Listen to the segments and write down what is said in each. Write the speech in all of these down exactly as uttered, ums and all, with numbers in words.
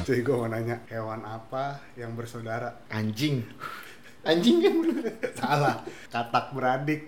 Cuy, gue mau nanya, hewan apa yang bersaudara? Anjing. Anjing kan bener. Salah, katak beradik.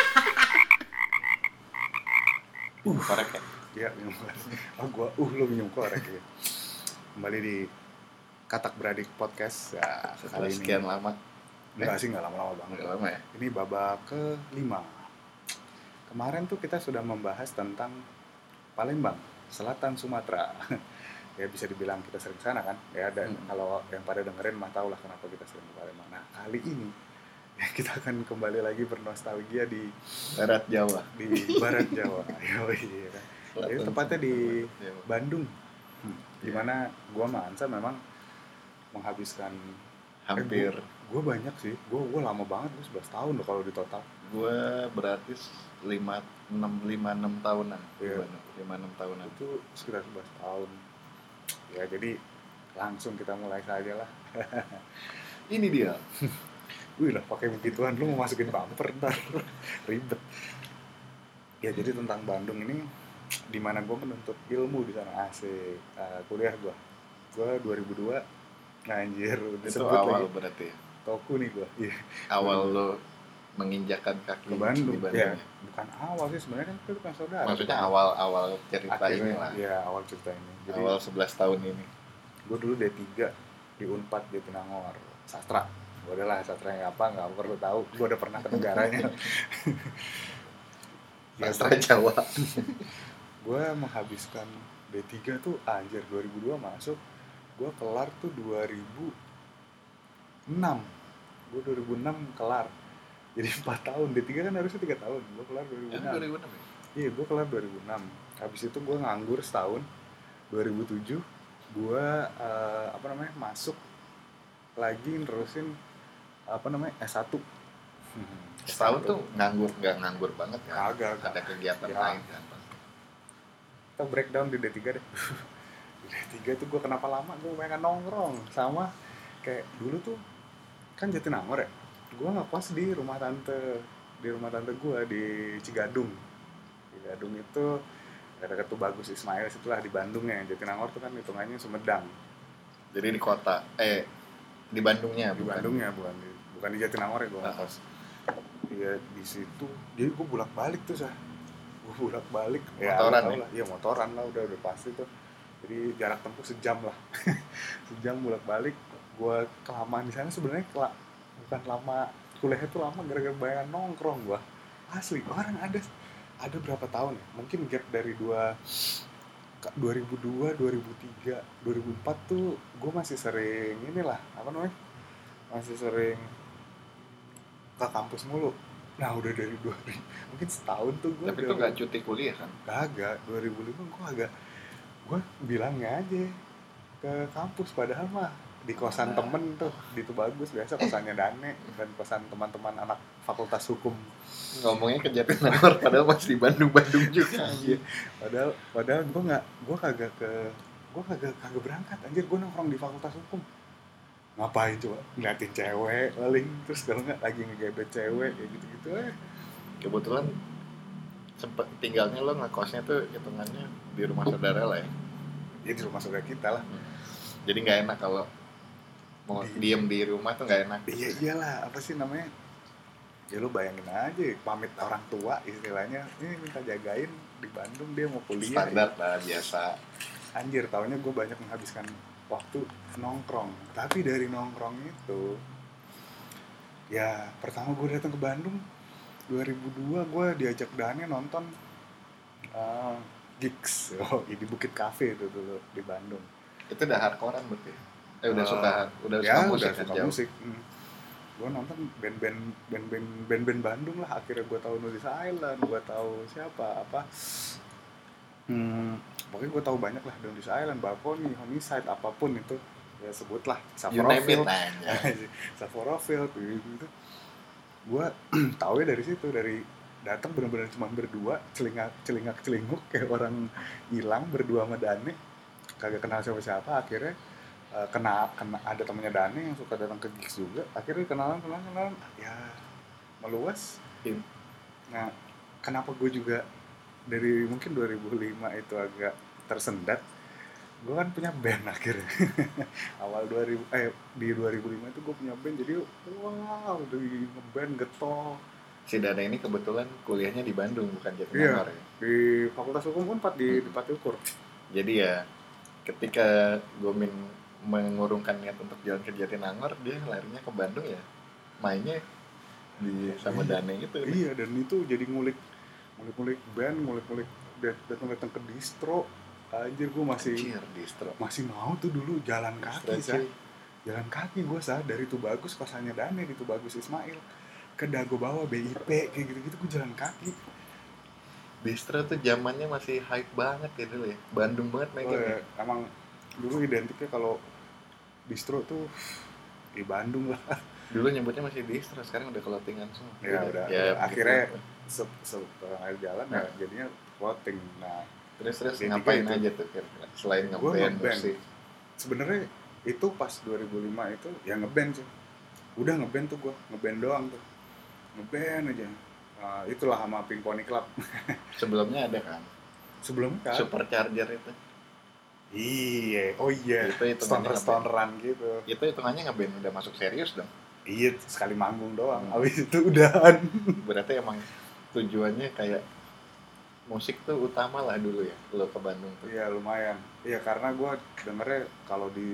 Uh, korek ya? Iya, minum korek. Oh, gue, uh, lu minum korek ya. Kembali di Katak Beradik Podcast. Ya, Setelah kali ini. sekian lama. Enggak sih, enggak lama-lama banget. Enggak lama ya? Ini babak kelima. Kemarin tuh kita sudah membahas tentang Palembang, Selatan Sumatera. Ya bisa dibilang kita sering sana kan. Ya dan hmm. kalau yang pada dengerin mah tahu lah kenapa kita sering ke Palembang. Nah, kali ini ya kita akan kembali lagi bernostalgia di Barat Jawa. Di Barat Jawa. Yoi, kan. Jadi tepatnya di Bandung. Hmm. Dimana gua sama Ansa memang menghabiskan hampir eh, gua, gua banyak sih. Gua gua lama banget, gua sebelas tahun loh kalau di total. Gua berarti lima enam tahunan. Iya. lima enam tahunan. Itu sekitar sebelas tahun. Ya jadi langsung kita mulai saja lah. Ini dia. Wih lah pakai begituan lu mau masukin bumper ntar ribet. Ya jadi tentang Bandung ini, di mana gue menuntut ilmu di sana. Asik. Uh, kuliah gue. Gue dua ribu dua. Anjir, udah itu sebut awal lagi. Berarti. Toku nih gue. Iya. Awal lo menginjakan kaki ke Bandung. Di Bandung. Ya, bukan awal sih sebenarnya kan itu bukan saudara. Maksudnya awal-awal cerita akhirnya, ini lah. Iya, awal cerita ini. Jadi, awal sebelas tahun ini. Gue dulu D tiga di Unpad di Jatinangor, sastra. Gue udah lah sastra yang apa, nggak perlu tahu. Gue udah pernah ke negaranya. Sastra Jawa. Gue menghabiskan D tiga tuh anjir dua ribu dua masuk. Gue kelar tuh dua ribu enam. Gue dua ribu enam kelar. Jadi empat tahun, D tiga kan harusnya tiga tahun. Gue kelar dua ribu enam. Ya, dua ribu enam ya? Iya, gue kelar dua ribu enam. Habis itu gue nganggur setahun. dua ribu tujuh gue uh, apa namanya masuk lagi nerusin apa namanya S satu. Hmm. Setahun tuh nganggur, nggak nganggur banget kan? Agak, ada kegiatan ya. Lain kan? Kita breakdown di D tiga deh. Di D tiga tuh gue kenapa lama, gue pengen nongkrong sama kayak dulu tuh kan Jatinangor ya. Gue ngekos di rumah tante, di rumah tante gue di Cigadung. Cigadung itu dekat tuh Bagus Ismail, situlah di Bandung ya. Jatinangor tuh kan hitungannya Sumedang. Jadi di kota, eh di Bandungnya, di bukan? Bandungnya bukan di, bukan di Jatinangor ya gue ngekos. Iya di situ, jadi gue bolak balik tuh sah, gue bolak balik. Motoran ya? Lah, iya motoran lah udah udah pasti tuh. Jadi jarak tempuh sejam lah, sejam bolak balik. Gue kelamaan di sana sebenarnya kela- bukan lama, kuliahnya tuh lama gara-gara bayangan nongkrong gue. Asli orang ada ada berapa tahun ya? Mungkin gap dari dua dua ribu dua, dua ribu tiga, dua ribu empat tuh gue masih sering inilah apa namanya? Masih sering ke kampus mulu. Nah udah dari dua ribu mungkin setahun tuh gue. Tapi itu nggak cuti kuliah kan? Kagak. dua ribu lima gue agak gue bilangnya aja ke kampus padahal mah di kosan nah. temen tuh di itu Bagus biasa kosannya Dane dan kosan teman-teman anak fakultas hukum. Ngomongnya ke Jatinangor padahal masih di Bandung-Bandung juga. Iya. Padahal padahal gue nggak gue kagak ke gue kagak kagak berangkat anjir, gue nongkrong di fakultas hukum. Ngapain coba ngeliatin cewek paling, terus kalau nggak lagi ngegebet cewek kayak gitu-gitu eh. Kebetulan sempet tinggalnya lo ngekosnya tuh hitungannya di rumah saudara lah ya. Ya di rumah saudara kita lah. Hmm. Jadi nggak enak kalau mau di, diem di rumah tuh nggak enak. Iya iyalah apa sih namanya? Ya lu bayangin aja pamit orang tua istilahnya, ini minta jagain di Bandung dia mau kuliah. Standar ya. lah biasa. Anjir taunya gue banyak menghabiskan waktu nongkrong. Tapi dari nongkrong itu ya pertama gue datang ke Bandung dua ribu dua gue diajak Dani nonton uh, Gigs oh, di Bukit Cafe itu dulu di Bandung. Itu udah hardcore-an berarti? Eh udah uh, suka udah ya, suka musik udah suka jauh. musik. Hmm. Gue nonton band-band band-band band-band Bandung lah. Akhirnya gue tahu Noise Island, gue tahu siapa apa. Hmm, pokoknya gue tahu banyak lah Noise Island, Balkoni, Homicide, apapun itu ya sebutlah. Saforofil, Saforofil, gitu. Gue tahu ya dari situ, dari datang benar-benar cuma berdua, celingak celingak celinguk kayak orang hilang berdua sama Dane, kagak kenal siapa-siapa. Akhirnya uh, kena kena ada temannya Dane yang suka datang ke gigs juga. Akhirnya kenalan kenalan kenalan, ya meluas. Nah, kenapa gue juga dari mungkin dua ribu lima itu agak tersendat gue kan punya band akhirnya. Awal dua ribu eh di dua ribu lima itu gue punya band, jadi wow dari ngeband getol. Si Dana ini kebetulan kuliahnya di Bandung bukan Iya, Jatinangor ya. di Fakultas Hukum Unpad di Hmm. Depat Ukur. Jadi ya ketika Gomin mengurungkan niat untuk jalan ke Jatinangor, dia larinya ke Bandung ya. Mainnya di sama Iya. Dane gitu. Iya, dan itu jadi ngulik ngulik-ngulik band, ngulik-ngulik dat- datang-datang ke distro. Anjir, gue masih Anjir, distro. masih mau tuh dulu jalan kaki, Distro, sah. cuy. Jalan kaki gue, sah, dari Tubagus kosannya Dane di Tubagus Ismail ke Dago Bawah B I P kayak gitu-gitu gue jalan kaki. Distro tuh zamannya masih hype banget ya dulu ya. Bandung banget Oh, mereka. ya, emang dulu identiknya kalau distro tuh di Bandung lah. Dulu nyebutnya masih distro, sekarang udah clothingan semua. Ya udah, Ya, udah. Akhirnya begitu. se- setelah jalan ya Nah. jadinya clothing. Nah, Terus terus Jadi ngapain kayak itu. aja tuh kira-kira selain Gua ngeband ngeband. musik? sebenarnya itu pas dua ribu lima itu ya ngeband sih. Udah ngeband tuh gue, ngeband doang tuh. Ngeband aja. Uh, itulah sama Pink Pony Club. Sebelumnya ada kan? Sebelumnya kan. Supercharger itu. Iya, oh iya. Itu hitungannya Stoner-stoneran gitu. Itu hitungannya ngeband udah masuk serius dong. Iya, sekali manggung doang. Hmm. Abis itu udahan. Berarti emang tujuannya kayak musik tuh utama lah dulu ya, lo ke Bandung tuh. Iya, lumayan. Iya, karena gue dengernya kalau di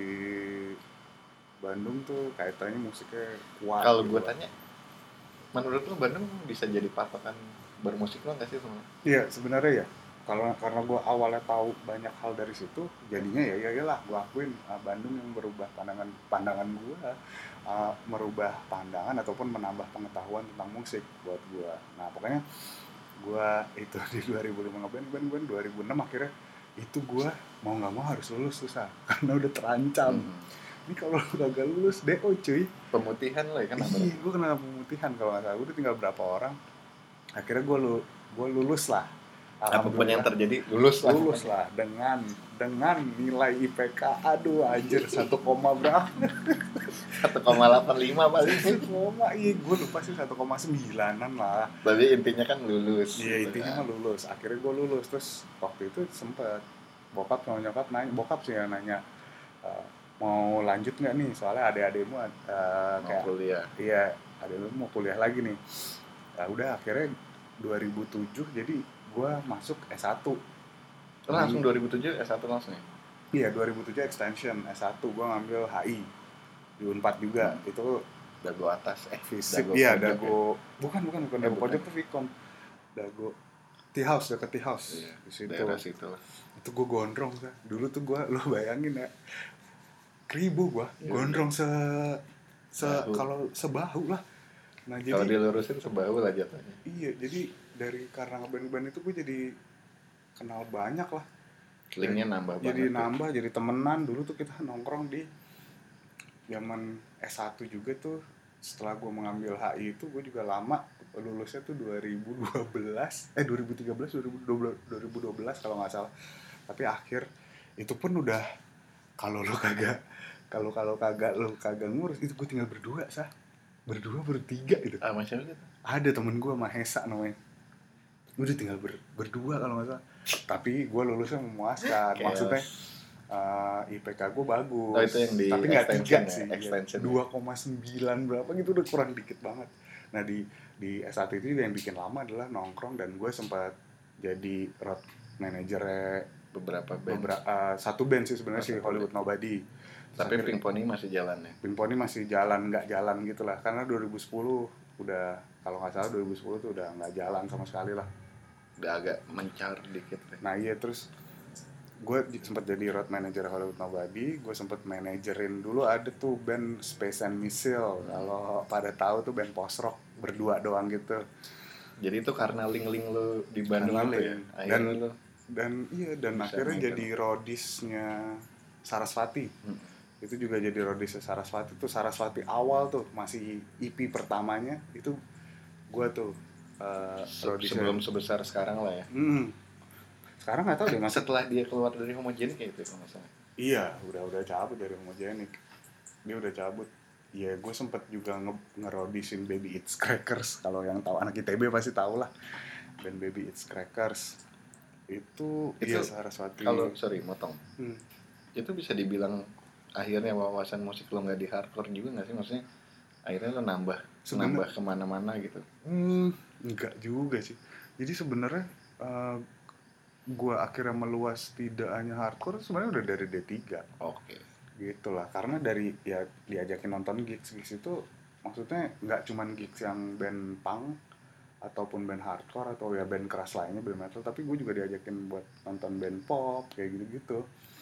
Bandung tuh kaitannya musiknya kuat. Kalau gitu gue loh. tanya, menurut lo Bandung bisa jadi patokan bermusik lo nggak sih semua? Iya, sebenarnya ya. Kalau karena gue awalnya tahu banyak hal dari situ, jadinya ya ya iyalah gue akuin uh, Bandung yang merubah pandangan pandangan gue, uh, merubah pandangan ataupun menambah pengetahuan tentang musik buat gue. Nah pokoknya gue itu di dua ribu lima ngeband band band dua ribu enam akhirnya itu gue mau nggak mau harus lulus susah karena udah terancam. Hmm. Ini kalau gagal lulus D O cuy. Pemutihan lo ya kan? Iya, gue kena pemutihan kalau nggak salah. Udah tinggal berapa orang. Akhirnya gue lu, gue lulus lah. Apapun yang Alhamdulillah. terjadi lulus lah. Lulus lah dengan dengan nilai I P K. Aduh anjir satu koma berapa? satu koma delapan lima paling. satu koma iya gue lupa sih satu koma sembilanan lah. Tapi intinya kan lulus. Iya gitu intinya kan. mah lulus. Akhirnya gue lulus terus waktu itu sempet bokap sama nyokap nanya, bokap sih yang nanya uh, mau lanjut nggak nih soalnya adik-adikmu uh, Mau kayak kuliah. iya adik-adikmu mau kuliah lagi nih. Ya udah akhirnya dua ribu tujuh jadi gue masuk S satu. Lo langsung dua ribu tujuh S satu langsung ya? Iya dua ribu tujuh extension S satu gue ngambil H I di Unpad juga. Hmm. Itu Dago atas eh fisik Dago iya pojok Dago bukan bukan bukan Eh, Dago bukan. pojok tuh Vkom. Dago Tea House dekat Tea House Iya, di situ. daerah situ lah. Itu gue gondrong kan. Dulu tuh gue lo bayangin ya. Kribo gue Iya. gondrong se se Bahu. kalau sebahu lah. Nah Kalau jadi dilurusin sebahu lah jatuhnya. iya jadi dari karena ngeband-band itu gue jadi kenal banyak lah. Linknya nambah Jadi banget. nambah jadi temenan. Dulu tuh kita nongkrong di zaman S satu juga tuh. Setelah gue mengambil H I itu gue juga lama lulusnya tuh dua ribu dua belas eh dua ribu tiga belas dua ribu dua belas kalau nggak salah. Tapi akhir itu pun udah kalau lo kagak kalau kalau kagak lo kagak ngurus itu gue tinggal berdua sah berdua bertiga gitu. Ah, macam itu. Ada temen gue Mahesa namanya. Udah tinggal ber, berdua kalau nggak salah. Tapi gue lulusnya memuaskan. Chaos. Maksudnya uh, I P K gue bagus. Oh, itu yang di tapi nggak tiga extension ya, sih. extension ya. dua koma sembilan berapa gitu udah kurang dikit banget. Nah di di S satu itu yang bikin lama adalah nongkrong dan gue sempat jadi road manager Beberapa band. beberapa uh, satu band sih sebenarnya Oh, sih satu Hollywood band. Nobody. Tapi Pink Pony masih jalan ya. Pink Pony masih jalan nggak jalan gitu lah karena dua ribu sepuluh udah kalau nggak salah dua ribu sepuluh tuh udah nggak jalan sama sekali lah. Udah agak mencar dikit deh. Nah iya terus gue sempat jadi road manager Hollywood Nobody. Gue sempat manajerin dulu ada tuh band Space and Missile. Kalau pada tahu tuh band post rock berdua doang gitu. Jadi itu karena link-link lu di Bandung Karena itu ya. link. Akhirnya Dan- lu Dan iya dan Bisa akhirnya main jadi rodisnya Sarasvati. Hmm. Itu juga jadi rodisnya Sarasvati tuh Sarasvati awal tuh masih E P pertamanya itu gue tuh uh, se- rodisnya. sebelum sebesar sekarang lah ya. Hmm. Sekarang nggak tahu deh mas. Setelah dia keluar dari Homogenic kayak gitu kalau nggak salah. Iya, udah udah cabut dari Homogenic. Dia udah cabut. Iya, gue sempet juga nge- ngerodisin Baby It's Crackers. Kalau yang tahu anak I T B pasti tahu lah. Band Baby It's Crackers. Itu, Itu iya Saraswati. Kalau sorry motong. Hmm. itu bisa dibilang akhirnya wawasan musik lo nggak di hardcore juga nggak sih, maksudnya akhirnya lo nambah Sebener- nambah kemana-mana gitu. Hmm, enggak juga sih. Jadi sebenarnya uh, gue akhirnya meluas tidak hanya hardcore sebenarnya udah dari D tiga. Oke. Gitu lah, karena dari ya diajakin nonton gigs gigs itu maksudnya nggak cuman gigs yang band punk ataupun band hardcore atau ya band keras lainnya, band metal, tapi gue juga diajakin buat nonton band pop kayak gitu-gitu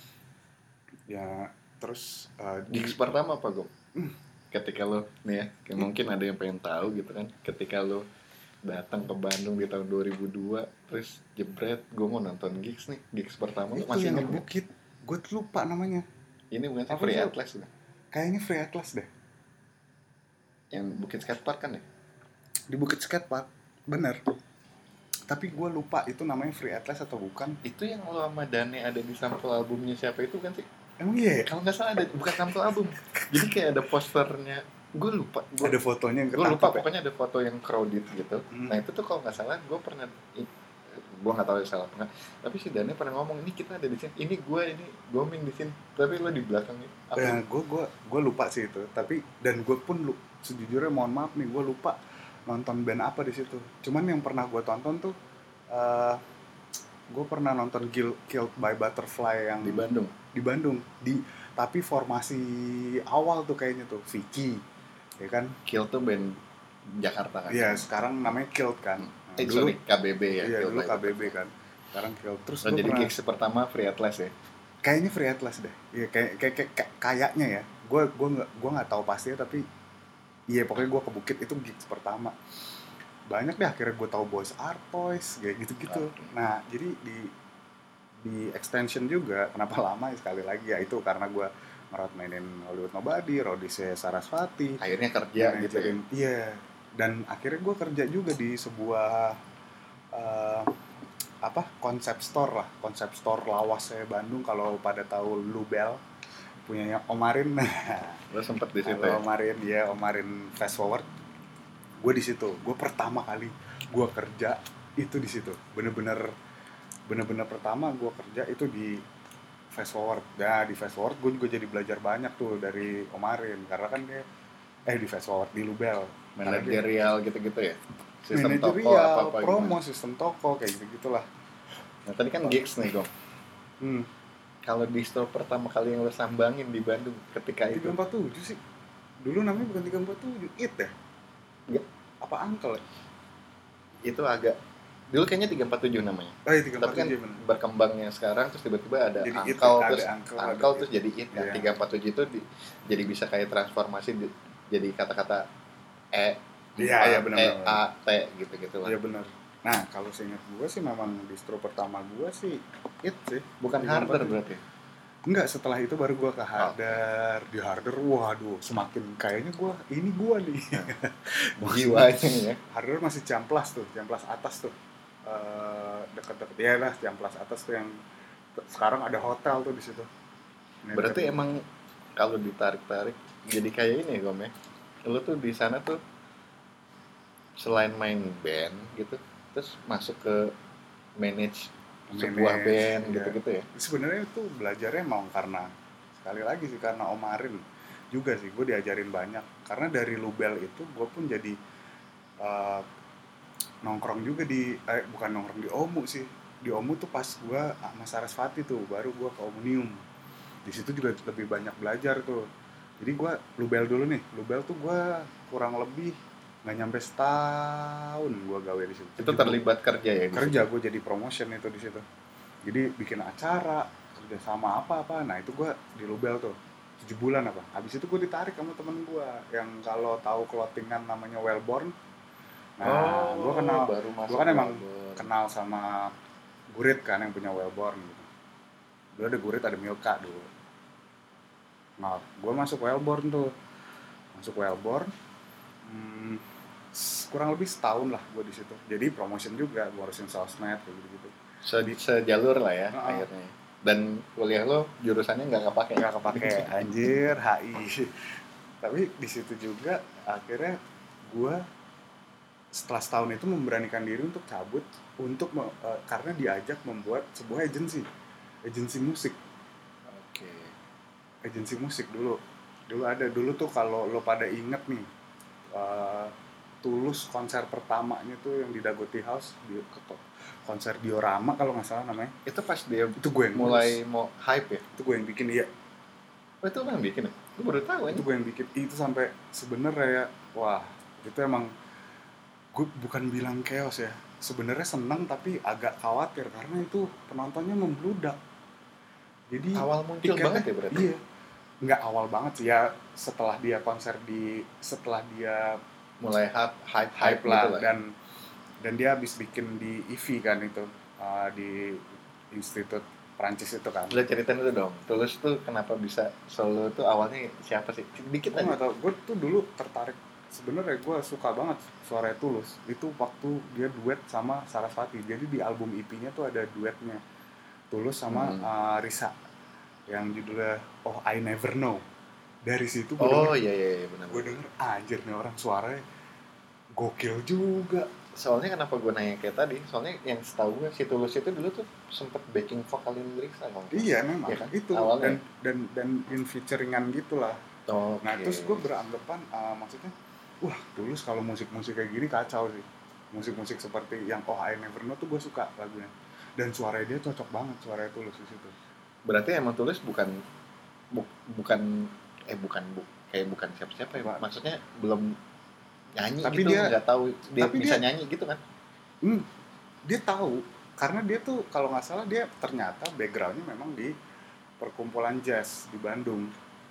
ya. Terus uh, di Gigs pertama apa Gom? Ketika lo nih ya, kayak mungkin ada yang pengen tahu gitu kan, ketika lo datang ke Bandung di tahun dua ribu dua terus jebret gue mau nonton gigs nih, gigs pertama lo itu masih yang inget di nggak? Bukit, gue tuh lupa namanya. Ini bukan sih Apa Free sih? Atlas kan? Kayaknya Free Atlas deh. Yang Bukit Skatepark kan ya? Di Bukit Skatepark, bener. Tapi gue lupa itu namanya Free Atlas atau bukan. Itu yang lo sama Dane ada di sampul albumnya siapa itu kan sih? Emang iya? Kalau nggak salah ada, bukan sampul album. Jadi kayak ada posternya. Gue lupa. Gua, Ada fotonya yang gue lupa, ketangkep ya? pokoknya ada foto yang crowded gitu. Hmm. Nah itu tuh kalau nggak salah gue pernah, gue nggak tahu salah apa nggak. Tapi si Dane pernah ngomong, ini kita ada di sini. Ini gue, ini Goming di sini. Tapi lo di belakang nih. Apa? Ya, gue gue gue lupa sih itu. Tapi dan gue pun lu, sejujurnya mohon maaf nih, gue lupa nonton band apa di situ. Cuman yang pernah gue tonton tuh, uh, gue pernah nonton Kill, Killed by Butterfly yang Di Bandung. Di Bandung. Di tapi formasi awal tuh kayaknya tuh Vicky, ya kan? Kill tuh band Jakarta kan? Iya, sekarang namanya Killed kan. Nah, Eh, dulu sorry, K B B ya. iya, Kill dulu by K B B kan. Sekarang Killed. Terus Oh, gue jadi pernah gigs pertama Free Atlas ya? kayaknya Free Atlas deh. Iya, kayak kayak kayak, kayak kayaknya ya. Gue gue nggak gue nggak tahu pasti ya, tapi iya pokoknya gue ke Bukit itu gigs pertama. Banyak deh akhirnya gue tahu Boys Art Toys kayak gitu-gitu. Oke. Nah, jadi di di extension juga kenapa lama ya, sekali lagi ya itu karena gue merawat mainin Hollywood Nobody, Rodise Sarasvati. Akhirnya kerja Yang gitu ya? ngajarin- Iya. Dan akhirnya gue kerja juga di sebuah eh, apa konsep store lah, konsep store lawas saya Bandung. Kalau pada tahu Lubel punyanya Omarin, nah Lo sempet di situ kalau ya? Omarin ya Omarin Fast Forward, gue di situ. Gue pertama kali gue kerja itu di situ, bener-bener bener-bener pertama gue kerja itu di Fast Forward. Nah di Fast Forward gue juga jadi belajar banyak tuh dari Omarin karena kan dia eh di Fast Forward di Lubel. Karena dia- Manajerial gitu-gitu ya? Sistem toko manajerial, apa-apa promo, gimana? sistem toko kayak gitu-gitulah. Nah tadi kan gigs nih Gom. Hmm. Kalau di store pertama kali yang lo sambangin di Bandung ketika itu? tiga empat tujuh sih. Dulu namanya bukan tiga empat tujuh, It ya? Enggak. Apa Uncle ya? Itu agak, dulu kayaknya tiga empat tujuh namanya. Oh iya tiga Tapi empat kan tujuh bener. berkembangnya sekarang terus tiba-tiba ada Jadi It, Uncle, ada terus Uncle, Uncle, ada terus It. jadi It kan. Iya. tiga empat tujuh itu di, jadi bisa kayak transformasi di, jadi kata-kata E, Iya, iya, benar, E, benar. A, T gitu-gitu lah. Iya benar. Nah kalau seingat gue sih memang distro pertama gue sih It sih. Bukan tiga empat harder tujuh. berarti? Enggak, setelah itu baru gue ke Harder. Di Harder, waduh semakin kayaknya gue, ini gue nih. Jiwanya ya. Harder masih Ciamplas tuh, Ciamplas atas tuh. Eh, deket-deket ya lah Ciamplas atas tuh yang sekarang ada hotel tuh di situ. Berarti emang kalau ditarik-tarik jadi kayak ini Gom ya. Lo tuh di sana tuh selain main band gitu, terus masuk ke manage sebuah Manage, band iya. gitu-gitu ya. Sebenarnya itu belajarnya mau karena sekali lagi sih karena Omarin juga sih gue diajarin banyak. Karena dari Lubel itu gue pun jadi uh, nongkrong juga di eh, bukan nongkrong di Omu sih. Di Omu tuh pas gue sama Sarasvati tuh baru gue ke Omnium. Di situ juga lebih banyak belajar tuh. Jadi gue Lubel dulu nih. Lubel tuh gue kurang lebih nggak nyampe setahun gue gawe di situ. Itu terlibat kerja ya? di Kerja situ? gue jadi promotion itu di situ. Jadi bikin acara kerja sama apa-apa. Nah itu gue di Lubel tuh tujuh bulan apa. Habis itu gue ditarik sama temen gue yang kalau tahu clothingan namanya Wellborn. Nah Oh, gue kenal, baru masuk gue kan emang Wellborn. kenal sama Gurit kan yang punya Wellborn gitu. Dulu ada Gurit, ada Milka dulu. Nah gue masuk Wellborn tuh, masuk Wellborn. Hmm, kurang lebih setahun lah gue di situ. Jadi promotion juga, gue harusin sosmed kayak gitu-gitu. Se- sejalur lah ya Uh-uh. akhirnya. Dan kuliah lo jurusannya nggak kepake? Nggak kepake, anjir, H I. Tapi di situ juga akhirnya gue setelah setahun itu memberanikan diri untuk cabut untuk me- uh, karena diajak membuat sebuah agensi, agensi musik. Oke. agensi musik dulu. Dulu ada, dulu tuh kalau lo pada inget nih, uh, Tulus konser pertamanya tuh yang di Dagoti House, di konser diorama kalau nggak salah namanya. Itu pas dia itu gue yang mulai ngurus. mau hype ya? Itu gue yang bikin, iya. Oh itu lo yang bikin ya? Gue baru tahu aja. Itu gue yang bikin. Itu sampai sebenarnya wah itu emang gue bukan bilang chaos ya. Sebenarnya senang tapi agak khawatir karena itu penontonnya membludak. Jadi awal muncul tiketnya, banget ya berarti? Iya. Nggak awal banget sih ya, setelah dia konser di setelah dia mulai hype hype, hype hype lah, gitu lah. dan dan dia habis bikin di I V kan itu uh, di Institut Prancis itu kan. Lo ceritain itu dong. Tulus tuh kenapa bisa solo tuh awalnya siapa sih? Dikit Gue aja. nggak tahu. Gue tuh dulu tertarik. Sebenarnya gue suka banget suara Tulus. Itu waktu dia duet sama Sarasvati. Jadi di album E P-nya tuh ada duetnya Tulus sama hmm. uh, Risa yang judulnya Oh I Never Know. Dari situ gue oh denger, iya iya, iya benar. Gue denger anjir nih orang suaranya gokil juga. Soalnya kenapa gue nanya kayak tadi? Soalnya yang setahu gue si Tulus itu dulu tuh sempet backing vokalin Risa kan? Iya memang ya kan? itu. Awalnya. dan dan dan in featuringan gitulah. Oh, nah okay. Terus gue beranggapan uh, maksudnya wah Tulus kalau musik-musik kayak gini kacau sih. Musik-musik seperti yang Oh I Never Know tuh gue suka lagunya. Dan suaranya dia cocok banget, suaranya Tulus di situ. Berarti emang Tulus bukan bu, bukan eh bukan bu, kayak bukan siapa-siapa ya. Bukan. Maksudnya belum nyanyi tapi gitu, dia nggak tahu dia tapi bisa dia, nyanyi gitu kan? Hmm, dia tahu karena dia tuh kalau nggak salah dia ternyata backgroundnya memang di perkumpulan jazz di Bandung.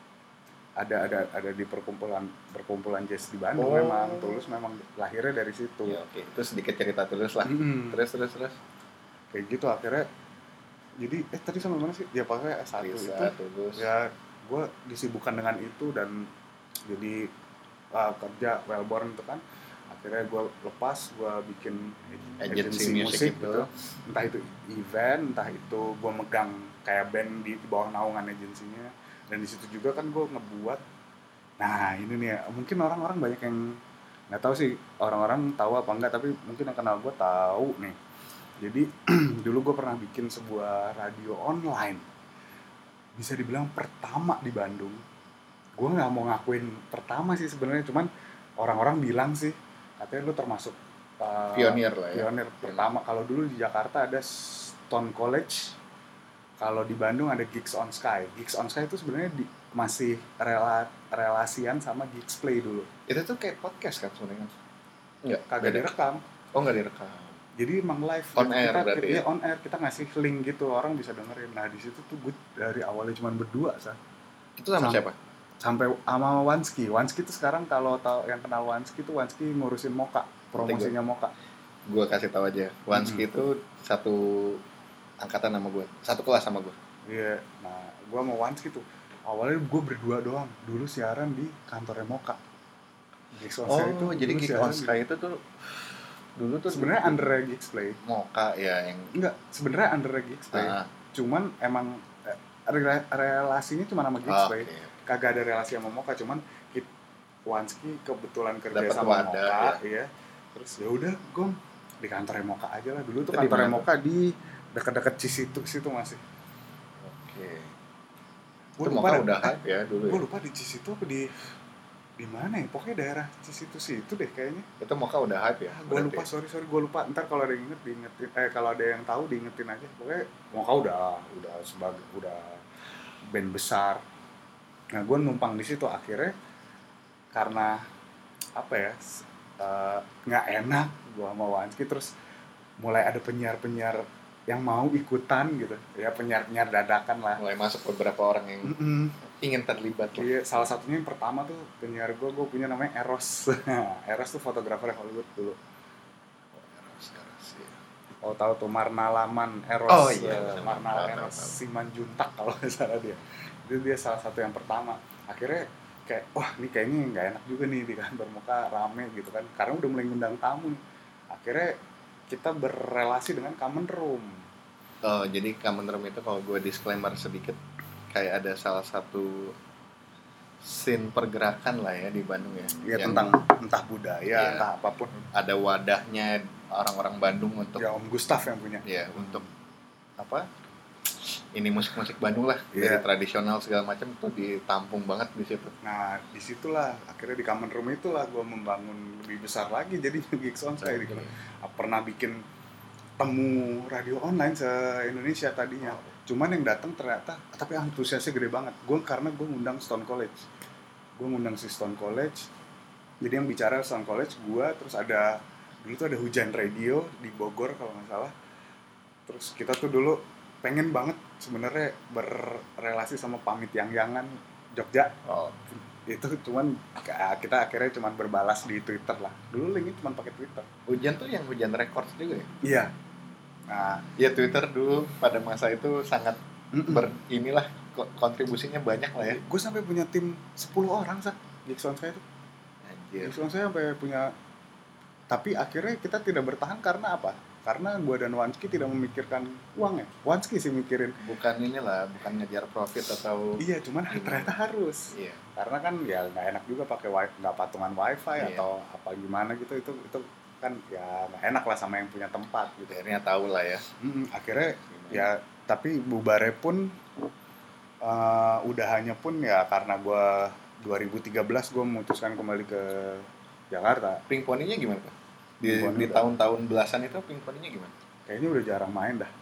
Ada ada ada di perkumpulan perkumpulan jazz di Bandung. Oh. Memang Tulus memang lahirnya dari situ. Ya, oke. Itu sedikit cerita Tulus lah. Mm-hmm. Terus terus terus. Kayak gitu akhirnya. Jadi eh tadi sama mana sih? Dia pakai S satu itu. Tulus. Ya gue disibukkan dengan itu dan jadi uh, kerja Wellborn itu kan. Akhirnya gue lepas, gue bikin agency musik gitu. Entah itu event, entah itu gue megang kayak band di, di bawah naungan agensinya. Dan di situ juga kan gue ngebuat. Nah ini nih ya, mungkin orang-orang banyak yang nggak tahu sih, orang-orang tahu apa enggak, tapi mungkin yang kenal gue tahu nih. Jadi dulu gue pernah bikin sebuah radio online, bisa dibilang pertama di Bandung. Gue nggak mau ngakuin pertama sih sebenarnya, cuman orang-orang bilang sih katanya lu termasuk uh, pionir lah ya. Pionir pertama. Kalau dulu di Jakarta ada Stone College, kalau di Bandung ada Gigs on Sky. Gigs on Sky itu sebenarnya di, masih rela, relasian sama Gigs Play dulu. Itu tuh kayak podcast kan sebenarnya? Enggak, kagak direkam. Oh nggak direkam. Jadi emang live. On air kita, berarti ya? Ya on air, kita ngasih link gitu, orang bisa dengerin. Nah di situ tuh gue dari awalnya cuma berdua sah. Itu sama Sam- siapa? Sampai sama Wanski. Wanski tuh sekarang kalau tahu yang kenal Wanski tuh Wanski ngurusin Moka, promosinya Moka. Gue kasih tahu aja, Wanski hmm. itu satu angkatan sama gue, satu kelas sama gue. Iya, yeah. Nah gue sama Wanski tuh awalnya gue berdua doang. Dulu siaran di kantornya Moka. Gigs on Sky oh, itu jadi Gigs on Sky itu tuh dulu tuh sebenarnya under Gigs Play. Moka ya yang enggak, sebenarnya under Gigs Play. Uh-huh. Cuman emang re- relasinya cuma sama Gigs oh, Play. Okay. Kagak ada relasi sama Moka, cuman Wanski kebetulan kerja dapet sama wadah, Moka, ya. ya. Terus ya udah, gue di kantornya Moka aja lah. Dulu tuh kantornya Moka di dekat-dekat Cisitu situ masih. Oke. Okay. Gue lupa Moka udah hype ya dulu. Gue ya? lupa di Cisitu apa di di mana ya? Pokoknya daerah Cisitu situ deh kayaknya. Itu Moka udah hype ya? Ah, gue lupa, sorry sorry gue lupa. Ntar kalau ada yang inget diingetin. Eh kalau ada yang tahu diingetin aja. Pokoknya Moka udah udah sebagai udah band besar. Nah gue numpang di situ akhirnya karena apa ya nggak uh, enak gue sama Wanski, terus mulai ada penyiar-penyiar yang mau ikutan gitu ya, penyiar-penyiar dadakan lah, mulai masuk beberapa orang yang Mm-mm. ingin terlibat. Iya, salah satunya yang pertama tuh penyiar gue gue punya namanya Eros. Eros tuh fotografer Hollywood dulu. Oh, Eros, Eros ya. Oh tahu tuh Marna Laman Eros. Oh iya, uh, Marna Eros Simanjuntak kalau nggak salah dia. Itu dia salah satu yang pertama. Akhirnya kayak wah ini kayaknya nggak enak juga nih di kantor Moka rame gitu kan, karena udah mulai ngundang tamu nih. Akhirnya kita berrelasi dengan Common Room. Oh jadi Common Room itu kalau gue disclaimer sedikit, kayak ada salah satu scene pergerakan lah ya di Bandung ya. Ya tentang entah budaya, ya, entah apapun. Ada wadahnya orang-orang Bandung untuk. Ya Om Gustaf yang punya. Ya untuk apa? ini musik-musik Bandung lah, Iya. dari tradisional segala macam tuh ditampung banget di situ. Nah disitulah akhirnya di common room itulah gue membangun lebih besar lagi jadi Geeks On Sky. Oke. Pernah bikin temu radio online se-Indonesia tadinya, cuman yang datang ternyata tapi antusiasnya gede banget. Gue karena gue ngundang Stone College, gue ngundang si Stone College, jadi yang bicara Stone College gue, terus ada dulu tuh ada Hujan Radio di Bogor kalau nggak salah. Terus kita tuh dulu pengen banget sebenarnya berrelasi sama Pamit Yang-Yangan Jogja. Oh. Itu cuman kita akhirnya cuman berbalas di Twitter lah. Dulu linknya cuman pakai Twitter. Hujan tuh yang Hujan Records juga ya? Iya. Nah, ya Twitter dulu pada masa itu sangat mm-mm. ber inilah kontribusinya banyak lah ya. Gue sampai punya tim sepuluh orang sah. Geeks On Sky itu. Anjir. Geeks On Sky sampai punya, tapi akhirnya kita tidak bertahan karena apa? Karena gue dan Wansky tidak memikirkan uang ya. Wansky sih mikirin. Bukan inilah, bukan ngejar profit atau. Iya, cuman gimana? Ternyata harus. Iya. Karena kan ya nggak enak juga pakai wifi, nggak patungan wifi Iya. atau apa gimana gitu. Itu itu kan ya nggak enak lah sama yang punya tempat gitu. Akhirnya tahu lah ya. Mm-mm, akhirnya Gimana? ya tapi bubarnya pun uh, udahannya pun ya karena gue dua ribu tiga belas gue memutuskan kembali ke Jakarta. Pink Pony-nya gimana Pak? Di, Pink Pony di udah- tahun-tahun belasan itu Pink Pony-nya gimana? Kayaknya udah jarang main dah.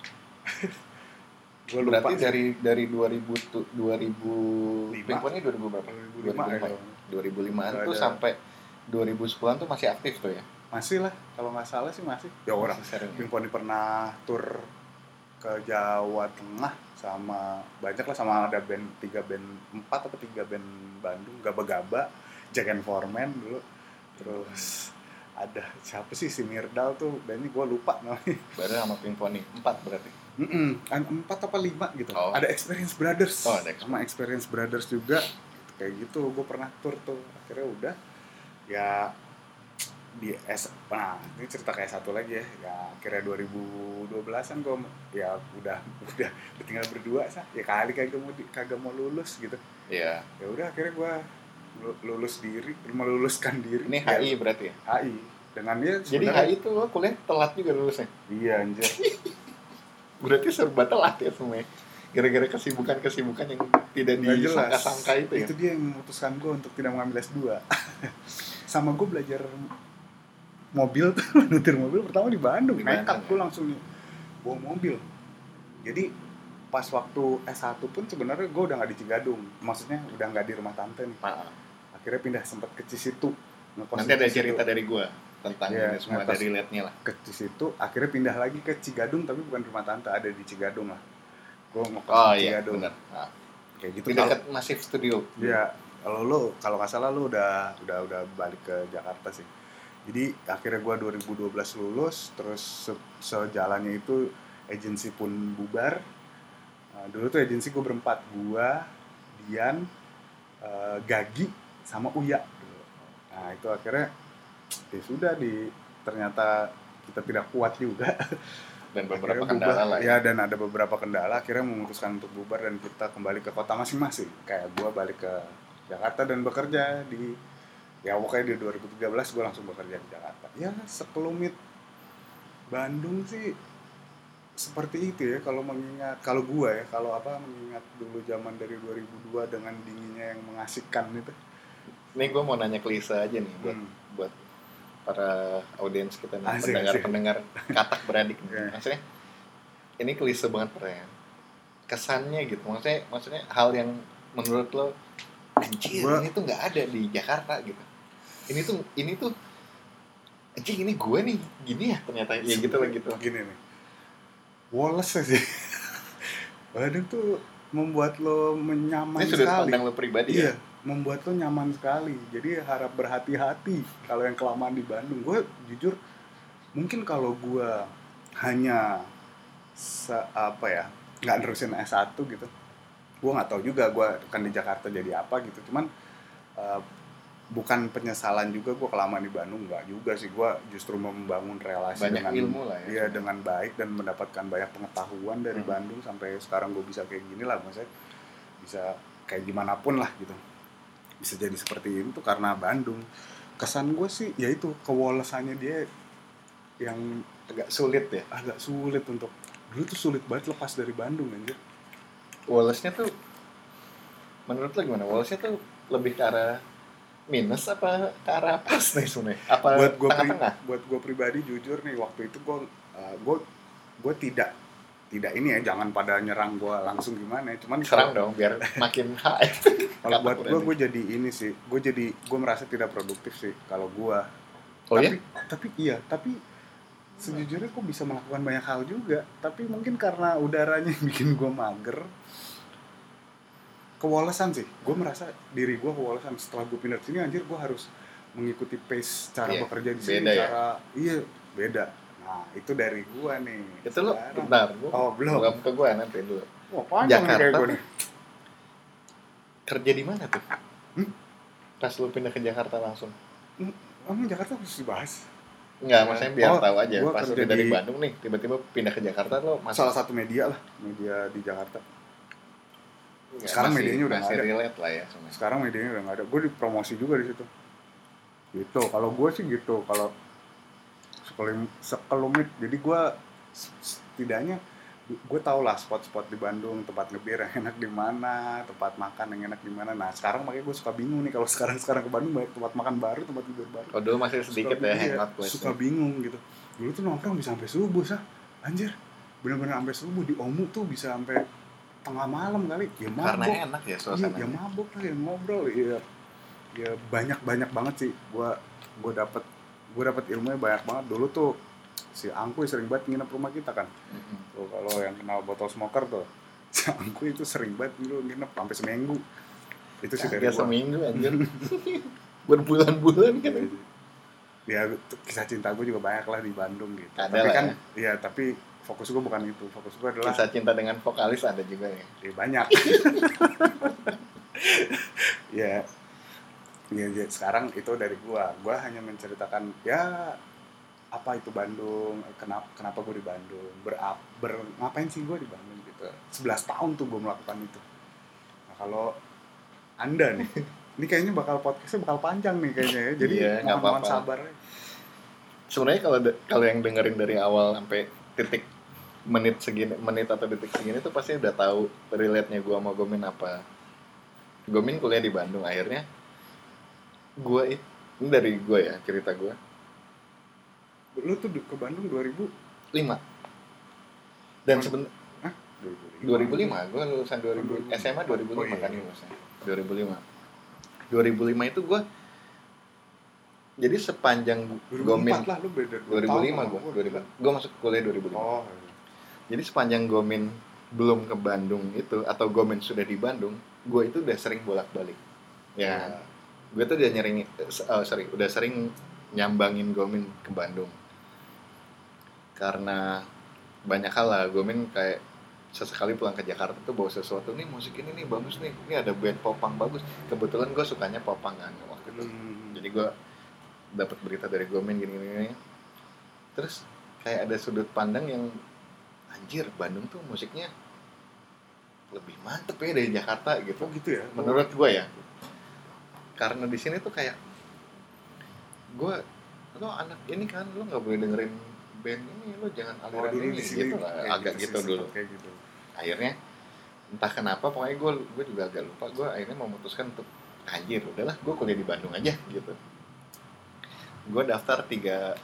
Gue lupa Berarti sih. dari dari dua ribu tu, dua ribu Lima. Pink Pony dua ribu berapa? dua ribu lima ya. dua ribu lima Nggak tuh ada. sampai dua ribu sepuluhan tuh masih aktif tuh ya. Masih lah, kalau nggak salah sih masih. Ya orang Masih sering. Pink Pony pernah tur ke Jawa Tengah sama banyak lah, sama ada band tiga band empat atau tiga band Bandung, Gaba-Gaba, Jack and Foreman dulu. Terus ada siapa sih si Mirdal tuh, bandnya gue lupa namanya. Baru sama Pink Pony empat berarti. Mm-mm, empat apa lima gitu. Oh. Ada Experience Brothers. Oh, ada sama Experience Brothers juga. Kayak gitu, gue pernah tur tuh. Akhirnya udah ya di S, nah ini cerita kayak satu lagi ya. Ya akhirnya dua ribu dua belasan gue ya udah udah tinggal berdua sah. Ya kali kagak mau di- kagak mau lulus gitu. Iya. Ya udah akhirnya gue lulus diri, meluluskan diri. Ini H I berarti ya. H I dengan dia Jadi H I tuh lo kuliah telat juga lulusnya. Iya anjir. Berarti serba telat ya semuanya. Gara-gara kesibukan-kesibukan yang tidak Nggak jelas. disangka-sangka itu ya. Itu dia yang memutuskan gue untuk tidak mengambil S dua. Sama gue belajar mobil tuh, nyetir mobil pertama di Bandung. Di Nekat Bandung, gue ya? langsung bawa mobil. Jadi pas waktu S satu pun sebenarnya gue udah nggak di Cigadung. Maksudnya udah nggak di rumah tante nih. Maaf. Akhirnya pindah sempat ke Cisitu. Ngekos Nanti di ada Cisitu. cerita dari gua tentang Iya, ini semua ngekos. dari liatnya lah. Ke Cisitu, akhirnya pindah lagi ke Cigadung, tapi bukan rumah tante, ada di Cigadung lah. Gue ngekos Oh di iya, Cigadung. benar. Nah, Kayak gitu. di dekat Massive Studio. Iya, kalau lu kalau nggak salah lu udah udah udah balik ke Jakarta sih. Jadi akhirnya gua dua ribu dua belas lulus, terus se- sejalannya itu agensi pun bubar. Nah, dulu tuh agensi gua berempat, gua, Dian, eh, Gagi, sama Uya. Nah itu akhirnya ya sudah di ternyata kita tidak kuat juga. Dan beberapa Akhirnya kendala bubar. lah Ya, ya. dan ada beberapa kendala, akhirnya memutuskan untuk bubar dan kita kembali ke kota masing-masing. Kayak gue balik ke Jakarta dan bekerja di, ya pokoknya di dua ribu tiga belas gue langsung bekerja di Jakarta. Ya sekelumit Bandung sih seperti itu ya, kalau mengingat, kalau gue ya, kalau apa mengingat dulu zaman dari dua ribu dua dengan dinginnya yang mengasihkan itu. Ini gua mau nanya klise aja nih buat Hmm. buat para audiens kita nih, Asik, pendengar-pendengar katak beradik nih. Iya. Maksudnya ini klise banget pertanyaan. Kesannya gitu, maksudnya maksudnya hal yang menurut lo anjir Gua- ini tuh nggak ada di Jakarta gitu. Ini tuh ini tuh anjir ini gue nih gini ya ternyata ya gitu lah gitu. Gini nih, Wallace sih. Bandung tuh membuat lo menyaman Ini sudut sekali. pandang lo pribadi Iya, ya. membuat lo nyaman sekali. Jadi harap berhati-hati kalau yang kelamaan di Bandung. Gue jujur, mungkin kalau gue hanya se apa ya, nggak nerusin S satu gitu, gue nggak tahu juga gue akan di Jakarta jadi apa gitu. Cuman eh, bukan penyesalan juga gue kelamaan di Bandung, nggak juga sih. Gue justru membangun relasi Banyak dengan ilmu lah ya. iya, dengan baik dan mendapatkan banyak pengetahuan dari Hmm. Bandung sampai sekarang gue bisa kayak gini lah, maksudnya bisa kayak gimana pun lah gitu, bisa jadi seperti ini tuh karena Bandung. Kesan gue sih yaitu kewolesannya dia yang Agak sulit ya. agak sulit untuk dulu tuh sulit banget lepas dari Bandung anjir. Wallace-nya tuh menurut lo gimana? Wallace-nya tuh lebih ke arah minus apa ke arah plus nih sebenarnya? Apa Buat gue pri, tengah-tengah? buat gue pribadi jujur nih, waktu itu gue uh, gue gue tidak tidak ini ya, jangan pada nyerang gue langsung gimana ya, cuman Serang kalau- dong biar makin hype. kalau Kata buat gue berani. gue jadi ini sih, gue jadi gue merasa tidak produktif sih kalau gue. Oh tapi ya? tapi iya tapi sejujurnya gue bisa melakukan banyak hal juga, tapi mungkin karena udaranya yang bikin gue mager, kewalasan sih. Gue merasa diri gue kewalasan setelah gue pindah ke sini. Anjir, gue harus mengikuti pace cara Iya, bekerja di sini, beda ya? cara iya beda. Nah itu dari gue nih. Itu lo Sekarang- bentar, gua, Oh belum. belum ke gue nanti dulu. Wah, panjang nih Jakarta kayak gue tuh nih. kerja di mana tuh? Hmm? Pas lu pindah ke Jakarta langsung? Emang Jakarta harus dibahas. Enggak, maksudnya biar Oh, tahu aja. gua Pas lu kerja dari di- Bandung nih, tiba-tiba pindah ke Jakarta lo masuk. Salah satu media lah, media di Jakarta. Nggak, sekarang masih- medianya udah masih nggak ada. relate lah ya sebenarnya. Sekarang medianya udah nggak ada. Gue dipromosi juga di situ. Gitu. Kalau gue sih gitu. Kalau sekelum sekelumit. Jadi gue setidaknya gue tau lah spot-spot di Bandung, tempat ngebir yang enak di mana, tempat makan yang enak di mana. Nah sekarang makanya gue suka bingung nih kalau sekarang sekarang ke Bandung banyak tempat makan baru, tempat ngebir baru. Oh dulu masih sedikit Suka ya bingung, hangout place. suka bingung gitu. Dulu tuh nongkrong bisa sampai subuh sah, anjir, bener-bener sampai subuh. Di Omu tuh bisa sampai tengah malam kali. Ya Karena mabok, enak ya iya, suasananya. ya mabok lah, ya ngobrol, ya, ya banyak banyak banget sih. Gua gue dapet gue dapet ilmunya banyak banget. Dulu tuh si Angkuy sering banget nginep rumah kita kan. Mhm. Tuh kalau yang kenal botol smoker tuh, si Angkuy itu sering banget dulu nginep sampai seminggu. Itu sih dari Kagak gua. seminggu anjir. Berbulan-bulan kan. Ya kisah cinta gue juga banyak lah di Bandung gitu. Ada tapi lah kan, ya. ya tapi fokus gue bukan itu. Fokus gue adalah Kisah cinta dengan vokalis ada juga ya. ya, banyak. ya, ya, ya, sekarang itu dari gue. Gue hanya menceritakan ya apa itu Bandung, kenapa kenapa gue di Bandung, ber, ber ngapain sih gue di Bandung gitu. sebelas tahun tuh gue melakukan itu. Nah kalau Anda nih, ini kayaknya bakal podcastnya bakal panjang nih kayaknya ya. Jadi Iya, nggak mohon-mohon apa-apa. sabar aja. Sebenarnya kalau de- kalau yang dengerin dari awal sampai titik menit segini, menit atau detik segini tuh pasti udah tahu relate-nya gue sama Gomin apa. Gomin kuliah di Bandung, akhirnya gue it- ini dari gue ya cerita gue Lu tuh ke Bandung dua ribu lima dan Oh, seben Hah? dua ribu lima gue lulusan dua ribu S M A dua ribu lima Oh, iya. kan lulusnya dua ribu lima dua ribu lima itu gue jadi sepanjang Gomin dua ribu empat lah lu beda dua ribu lima gue dua ribu gue masuk kuliah dua ribu lima. Oh. Jadi sepanjang Gomin belum ke Bandung itu atau Gomin sudah di Bandung, gue itu udah sering bolak-balik. Ya, gue tuh udah nyering, oh, sorry, udah sering nyambangin Gomin ke Bandung. Karena banyak hal lah, Gomin kayak sesekali pulang ke Jakarta tuh bawa sesuatu, nih musik ini nih bagus nih, ini ada band popang bagus. Kebetulan gue sukanya popang kan waktu itu. Hmm. Jadi gue dapat berita dari Gomin gini-gini. Terus kayak ada sudut pandang yang anjir, Bandung tuh musiknya lebih mantep ya dari Jakarta gitu. Oh gitu ya. Menurut gue ya. Karena di sini tuh kayak gue, lo anak ini kan, lo nggak boleh dengerin band ini, lo jangan Oh, aliran dulu ini di sini gitu lah, kayak agak sih, gitu sempat dulu. Kayak gitu. Akhirnya entah kenapa, pokoknya gue gue juga agak lupa, gue akhirnya memutuskan untuk anjir, udahlah gue kuliah di Bandung aja gitu. Gue daftar tiga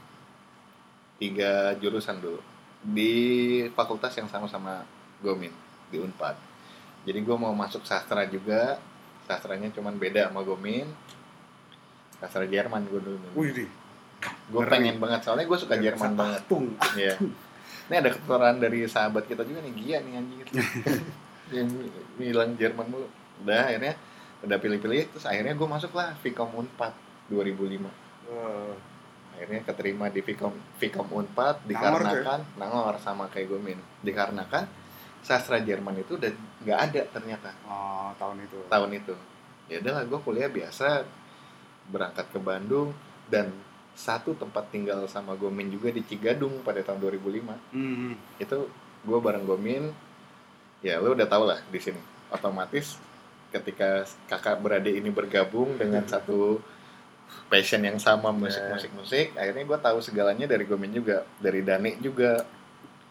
tiga jurusan dulu di fakultas yang sama-sama Gomin di Unpad. Jadi gue mau masuk sastra juga, sastranya cuman beda sama Gomin, sastra Jerman gue dulu. Wih di. Gue pengen banget soalnya gue suka Jerman banget. Tung. Iya. Ini ada keturunan dari sahabat kita juga nih, Gia nih anjir. Yang bilang Jerman mulu. Udah akhirnya udah pilih-pilih, terus akhirnya gue masuk lah Vkom Unpad dua ribu lima. Uh, Akhirnya keterima di Vkom Vkom Unpad Nangor dikarenakan Nangor sama kayak Gomin. Dikarenakan sastra Jerman itu udah nggak ada ternyata oh, tahun itu. tahun itu. Ya udahlah gue kuliah biasa, berangkat ke Bandung, dan satu tempat tinggal sama Gomin juga di Cigadung pada tahun dua ribu lima. Hmm. Itu gue bareng Gomin. Ya lo udah tau lah di sini. Otomatis ketika kakak beradik ini bergabung dengan satu passion yang sama, musik musik musik, akhirnya gue tahu segalanya dari Gomin juga, dari Dani juga.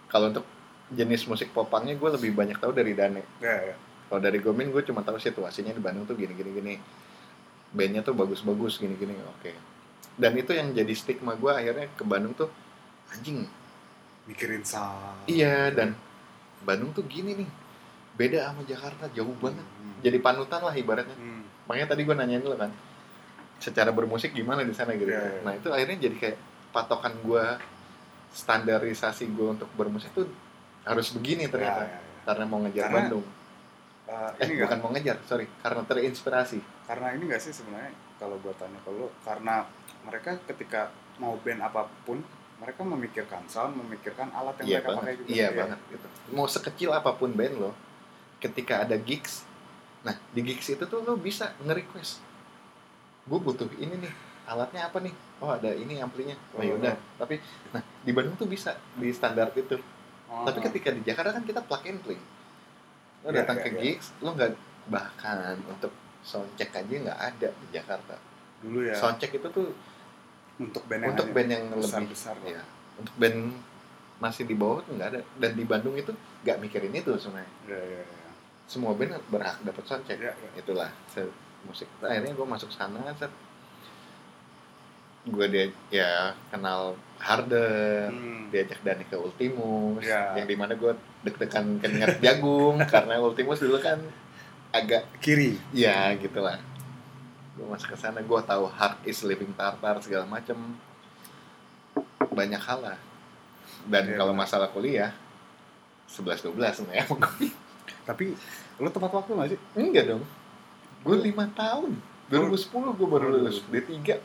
Kalau untuk jenis musik popangnya gue lebih banyak tahu dari Dane. Ya, ya. Kalau dari Gomin gue cuma tahu situasinya di Bandung tuh gini gini gini, bandnya tuh bagus-bagus gini gini, oke. Dan itu yang jadi stigma gue akhirnya ke Bandung tuh, anjing. Mikirin sound. Iya, dan Bandung tuh gini nih, beda sama Jakarta jauh banget. Hmm. Jadi panutan lah ibaratnya. Hmm. Makanya tadi gue nanyain lo kan, secara bermusik gimana di sana gitu. Ya, ya. Nah itu akhirnya jadi kayak patokan gue, standarisasi gue untuk bermusik tuh harus begini ternyata. Ya, ya, ya. Karena mau ngejar Karena, Bandung. Uh, Eh ini bukan gak, mau ngejar, sorry, karena terinspirasi. karena ini gak sih sebenarnya kalau buat tanya ke lo, karena mereka ketika mau band apapun mereka memikirkan sound, memikirkan alat yang Iya mereka banget, pakai juga. iya banget gitu. Mau sekecil apapun band lo, ketika ada gigs, nah di gigs itu tuh lo bisa nge-request, gue butuh ini nih, alatnya apa nih? Oh ada ini amplinya, oh, Oh. yaudah. Tapi nah di Bandung tuh bisa di standar itu. Oh. Tapi ketika di Jakarta kan kita plug and play. Lo Ya, datang ya, ke ya. gigs, lo nggak, bahkan untuk soundcheck aja nggak ada di Jakarta. Dulu ya Soundcheck itu tuh untuk band yang, untuk band yang besar lebih besar ya, untuk band masih di bawah tuh nggak ada. Dan di Bandung itu nggak mikirin itu sebenarnya. ya, ya, ya. Semua band berhak dapat soundcheck. Ya, ya. Itulah se- musik. Akhirnya gue masuk sana, set. Gue dia ya kenal Harden, Hmm. diajak Dani ke Ultimus, Ya. yang dimana gue deg-degan keringat jagung karena Ultimus dulu kan agak Kiri. ya gitulah. Gue masuk ke sana, gue tahu Heart is Living Tartar segala macem, banyak hal lah. Dan Ya, kalau benar. masalah kuliah sebelas dua belas sebenarnya. Tapi lo tepat waktu gak sih? Enggak dong, gue lima tahun, dua ribu sepuluh gue baru Oh, lulus D tiga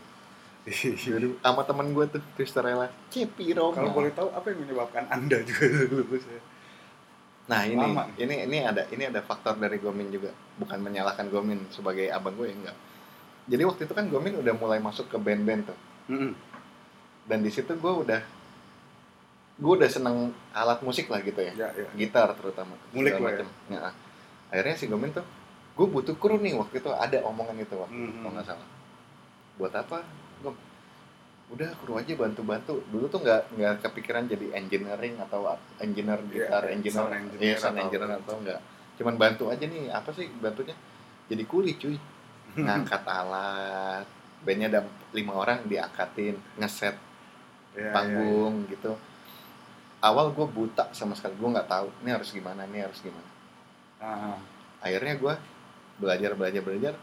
sama temen gue tuh Tristerella Cepi Roma. Kalau boleh tahu apa yang menyebabkan anda juga lulus ya? Nah ini, Lama. ini ini ada ini ada faktor dari Gomin juga, bukan menyalahkan Gomin sebagai abang gue, enggak. Jadi waktu itu kan Gomin udah mulai masuk ke band-band tuh, Mm-mm. dan di situ gue udah gue udah seneng alat musik lah gitu ya, Ya, ya. gitar terutama. Ngulik segala lah ya. macem. Nah, akhirnya si Gomin tuh, gue butuh kru nih waktu itu, ada omongan itu waktu itu, Mhm. kalau nggak salah. Buat apa? Gom, udah kru aja bantu-bantu. Dulu tuh nggak nggak kepikiran jadi engineering atau engineer gitar, Iya, engineer, sound engineer iya, sound atau- engineer atau enggak. Cuman bantu aja nih, apa sih bantunya? Jadi kuli cuy, ngangkat alat, bandnya ada lima orang diangkatin, ngeset Ya, panggung gitu. Awal gue buta sama sekali, gue nggak tahu ini harus gimana, ini harus gimana. ya, ya. Ah, Akhirnya gue belajar belajar belajar,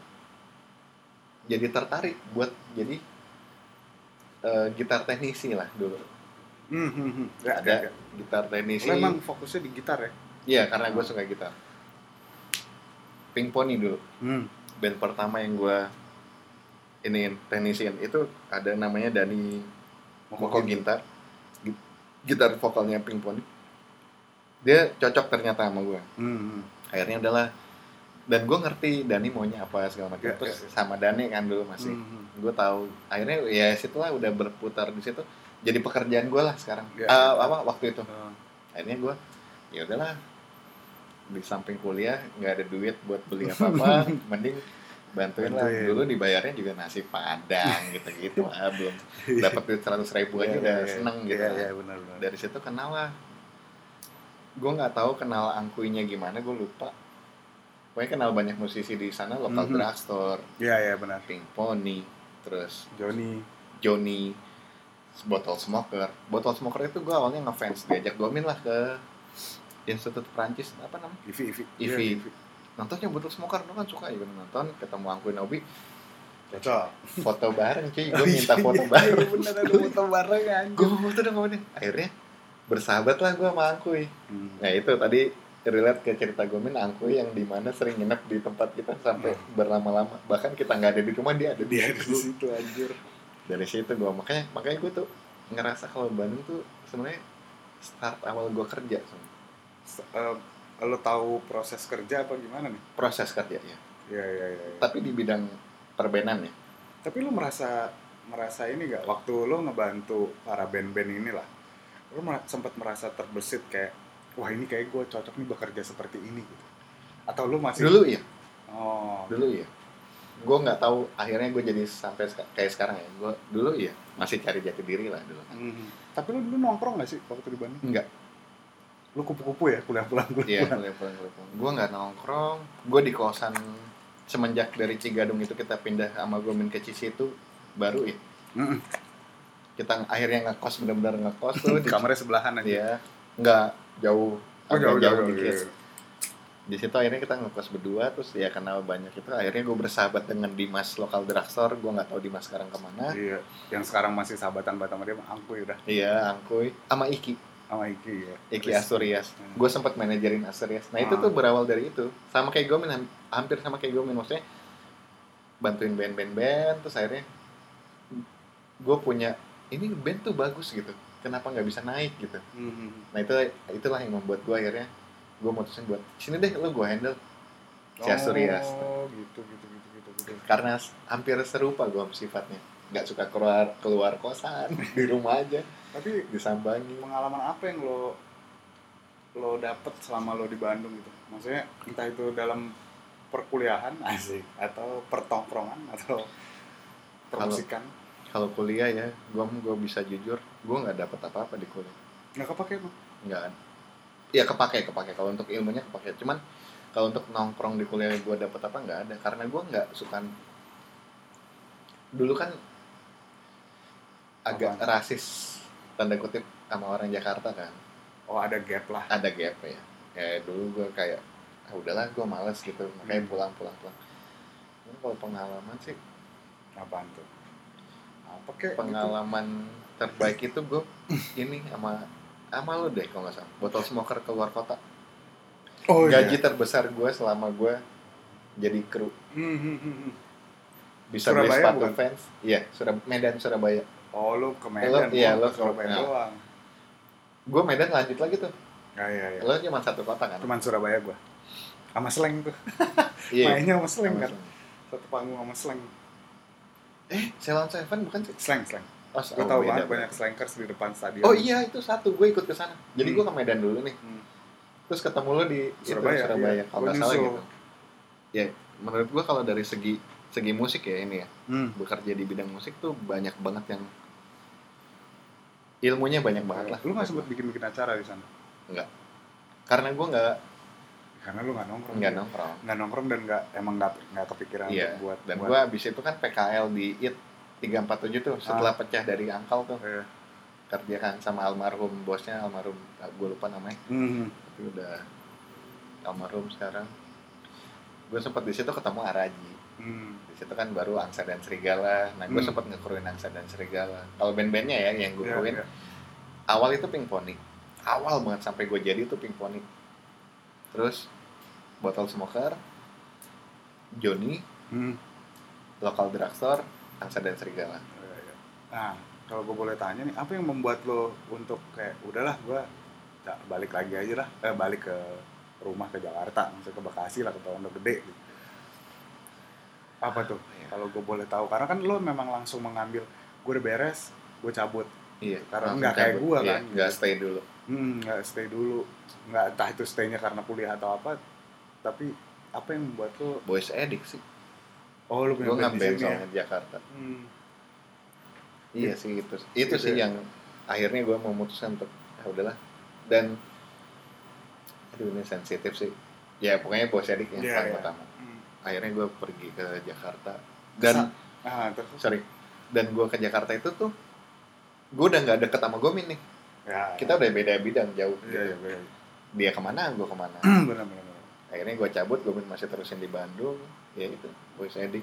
jadi tertarik buat jadi uh, gitar teknisi lah dulu. Hmm, hmm, hmm. Ya, Ada ya, ya. gitar teknisi. Lo emang fokusnya di gitar ya? Iya, karena gue Hmm. suka gitar. Pink Pony dulu, Hmm. band pertama yang gue ini teknisiin itu ada namanya Dani Moko Ginta, Gi- gitar vokalnya Pink Pony. Dia cocok ternyata sama gue. Hmm. Akhirnya adalah, dan gue ngerti Dani maunya apa segala macam. Ya, Terus ya, ya. sama Dani kan dulu masih, Hmm. gue tahu. Akhirnya ya situlah udah berputar di situ. Jadi pekerjaan gue lah sekarang. Ya, Ah, ya. apa waktu itu? Hmm. Akhirnya gue, ya udahlah, di samping kuliah nggak ada duit buat beli apa-apa, mending bantuin lah. Bantuin. Dulu dibayarnya juga nasi padang gitu-gitu lah, belum dapat duit seratus ribu aja Ya, udah ya, ya. seneng gitu. Iya, iya, benar-benar. Dari situ kenal lah. Gue nggak tahu kenal angkuinya gimana, gue lupa. Pokoknya kenal banyak musisi di sana, Local Mhm. Drugstore, Iya, iya, benar. Pink Pony, terus Johnny. Johnny, Bottle Smoker. Bottle Smoker itu gue awalnya ngefans, diajak Gomin lah ke Institut Perancis, apa namanya? Ivi, Ivi. Ivi. Iya, Ivi. Nontonnya Bottle Smoker, lu kan suka ya nonton, ketemu Angkuin Obi, Cocok. foto bareng cuy, gue Oh, minta iya, foto iya, bareng. iya, bener, ada foto bareng anjir. Gue foto dong sama dia. Akhirnya bersahabat lah gue sama Angkuy. Hmm. Nah itu tadi relate ke cerita Gomin, Angkuy yang dimana sering nginep di tempat kita sampai berlama-lama. Bahkan kita nggak ada di rumah, dia ada di Dia di situ. situ anjir. Dari situ gue makanya makanya gue tuh ngerasa kalau Bandung tuh sebenarnya start awal gue kerja sebenarnya. S- eh, lo tahu proses kerja apa gimana nih? Proses kerja ya. Iya, iya, iya. iya. Tapi di bidang perbenan ya. Tapi lo merasa merasa ini gak waktu lo ngebantu para band-band inilah, lo mer- sempat merasa terbesit kayak, wah ini kayak gue cocok nih bekerja seperti ini gitu. Atau lo masih Dulu ya. Oh, Dulu ya. Gue nggak tahu akhirnya gue jadi sampai seka- kayak sekarang ya. Gue dulu ya masih cari jati diri lah dulu kan. mhm. Tapi lo dulu nongkrong gak sih waktu di Bandung? Enggak. Lu kupu-kupu ya, kuliah pulang kuliah Iya, pulang. kuliah pulang kuliah pulang. Gue nggak nongkrong. Gue di kosan semenjak dari Cigadung itu kita pindah sama Gomin ke Cici itu baru ya. Mm-mm. Kita akhirnya ngekos, benar-benar ngekos tuh di Kamarnya sebelahan aja. Iya, nggak jauh, Oh, agak jauh jauh, jauh dikit. iya. Di situ akhirnya kita ngekos berdua, terus ya kenal banyak itu. Akhirnya gue bersahabat dengan Dimas lokal drugstore. Gue nggak tahu Dimas sekarang kemana. Iya, yang sekarang masih sahabatan banget sama dia mah Angkuy udah. Iya, Angkuy sama Iki, Sama Iki ya. Iki Terus- Asturias. Hmm. Gue sempat manajerin Asturias. Nah itu Ah. tuh berawal dari itu. Sama kayak Gomin, ham- hampir sama kayak Gomin, maksudnya bantuin band-band band. Terus akhirnya gue punya ini band tuh bagus gitu. Kenapa nggak bisa naik gitu? Mhm. Nah itu itulah yang membuat gue akhirnya gue mutusin buat sini deh lo gue handle si Asturias. Oh, gitu gitu gitu gitu gitu. Karena s- hampir serupa gue sifatnya, nggak suka keluar keluar kosan, di rumah aja Tapi disambangi. pengalaman apa yang lo lo dapet selama lo di Bandung gitu? Maksudnya entah itu dalam perkuliahan asik atau pertongkrongan atau permusikan. Kalau kuliah ya gue gue bisa jujur gue nggak dapet apa-apa di kuliah, Nggak kepake emang. nggak ada. Ya kepake kepake kalau untuk ilmunya kepake, cuman kalau untuk nongkrong di kuliah gue dapet apa nggak ada, karena gue nggak suka. Dulu kan agak Apaan? rasis tanda kutip sama orang Jakarta kan, Oh, ada gap lah. ada gap ya. Kayak dulu gue kayak ah udahlah gue males gitu, makanya Hmm. pulang pulang pulang. Ini kalau pengalaman sih, Apaan tuh? Apa kek? pengalaman terbaik itu gue ini sama sama lo deh kalau nggak salah, botol smoker keluar kota. Gitu? Oh Gaji iya. terbesar gue selama gue jadi kru, Hmm, hmm, hmm, hmm. bisa beli Surabaya sepatu bukan? fans. Iya, Surab Medan Surabaya. Oh, lo ke Lo- Medan, iya, gua lo ke Surabaya nah. doang. Gue Medan lanjut lagi tuh. Ya, iya, iya. Lo cuma satu kota kan? Cuman Surabaya gua. Sama Slang tuh. Iya. Mainnya sama Slang Sama kan. Slang. Satu panggung sama Slang. Eh, Ceylon Seven bukan sih? Slang, Slang. Oh, Gue oh, tahu beda, banget beda. banyak slankers di depan stadion. Oh iya, itu satu. Gue ikut ke sana. Jadi Hmm. gue ke Medan dulu nih. Hmm. Terus ketemu lo di itu, Surabaya, Surabaya, iya. kalau Gua nggak salah nyusul. gitu. Ya, menurut gue kalau dari segi segi musik ya ini ya, Hmm. bekerja di bidang musik tuh banyak banget yang ilmunya banyak banget lah. Lu nggak sempet bikin-bikin acara di sana? Enggak. Karena gue nggak Karena lu nggak nongkrong. nggak nongkrong. Nggak nongkrong dan nggak emang nggak nggak kepikiran Iya. untuk buat. Dan buat, gue abis itu kan P K L di I T tiga empat tujuh tuh setelah pecah dari Angkal tuh, eh, kerja kan sama almarhum bosnya, almarhum gue lupa namanya, hmm. tapi udah almarhum sekarang. Gue sempat di situ ketemu Araji. Hmm. Di situ kan baru Angsa dan Serigala. Nah, gue Hmm. sempat ngekruin Angsa dan Serigala. Kalau band-bandnya ya yang gue Iya, kruin, iya. awal itu Pink Pony. Awal banget sampai gue jadi itu Pink Pony. Terus Botol Smoker, Johnny, Hmm. Local Drugstore, Angsa dan Serigala. Iya, iya. Nah, kalau gue boleh tanya nih, apa yang membuat lo untuk kayak udahlah gue balik lagi aja lah, eh, balik ke rumah ke Jakarta, maksudnya ke Bekasi lah, ke Pondok Gede gitu. Apa tuh? Iya. Kalau gue boleh tahu, karena kan lo memang langsung mengambil, gue udah beres, gue cabut. Iya, Karena langsung nggak kayak cabut. gua Iya, kan. nggak stay dulu. Hmm, nggak stay dulu, nggak entah itu staynya karena kuliah atau apa, tapi apa yang membuat lo, Boys Edik sih. oh lo punya Gue band di ngeband sini ya? soalnya di Jakarta. Hmm. Iya sih itu. Itu Gitu sih ya. yang akhirnya gue memutuskan untuk ya udahlah. Dan aduh ini sensitif sih. Ya pokoknya Boys Edik yang Iya, paling iya. pertama. Hmm. Akhirnya gue pergi ke Jakarta dan Ah, terus, sorry dan gue ke Jakarta itu tuh gue udah nggak deket sama Gomin nih. ya, Kita udah beda bidang jauh Iya, gitu. iya, iya. Dia kemana, gue kemana. benar, benar, benar. Akhirnya gue cabut, Gomin masih terusin di Bandung. Ya itu, Boys Edik.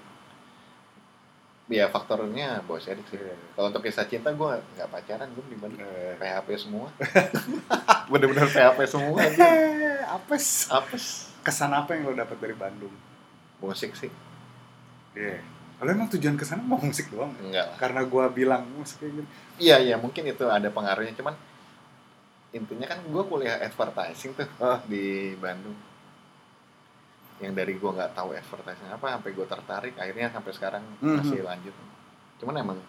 Ya faktornya Boys Edik sih. Iya. Kalau untuk kisah cinta gue nggak pacaran, gue di Bandung. Eh, P H P semua. Bener-bener P H P semua aja. eh, apes. Apes. Kesan apa yang lo dapat dari Bandung? Musik sih. Iya. Lo emang tujuan kesana mau musik doang? Enggak lah. Karena gua bilang musik kayak gitu. Iya, iya mungkin itu ada pengaruhnya. Cuman intinya kan gue kuliah advertising tuh Ah. di Bandung. Yang dari gue nggak tahu advertising apa, sampai gue tertarik. Akhirnya sampai sekarang Mhm. masih lanjut. Cuman emang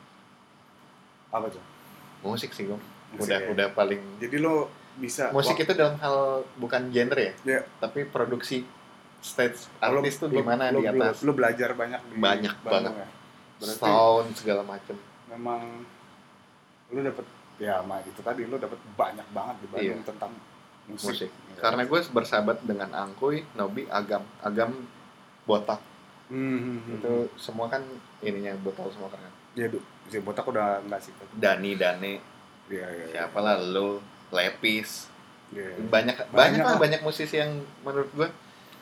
Apa tuh? musik sih gue. Musik Udah ya. udah paling. Jadi lo bisa Musik wak- itu dalam hal bukan genre ya, Iya. tapi produksi stage lo- artis tuh lo- gimana lo- di lo- atas, Lo belajar banyak di Banyak Bandung banget. ya. Berarti sound segala macem. memang lo dapet ya sama itu tadi lo dapet banyak banget di Bandung Iya. tentang musik. musik. Karena gue bersahabat dengan Angkuy, Nobi, Agam, Agam botak. Hmm, hmm, Itu semua kan ininya botol semua kan. ya du, si botak udah enggak sih. Dani, Dane, Iya, iya. siapa lah lo, Lepis. Ya, Banyak banyak, banyak lah banyak musisi yang menurut gue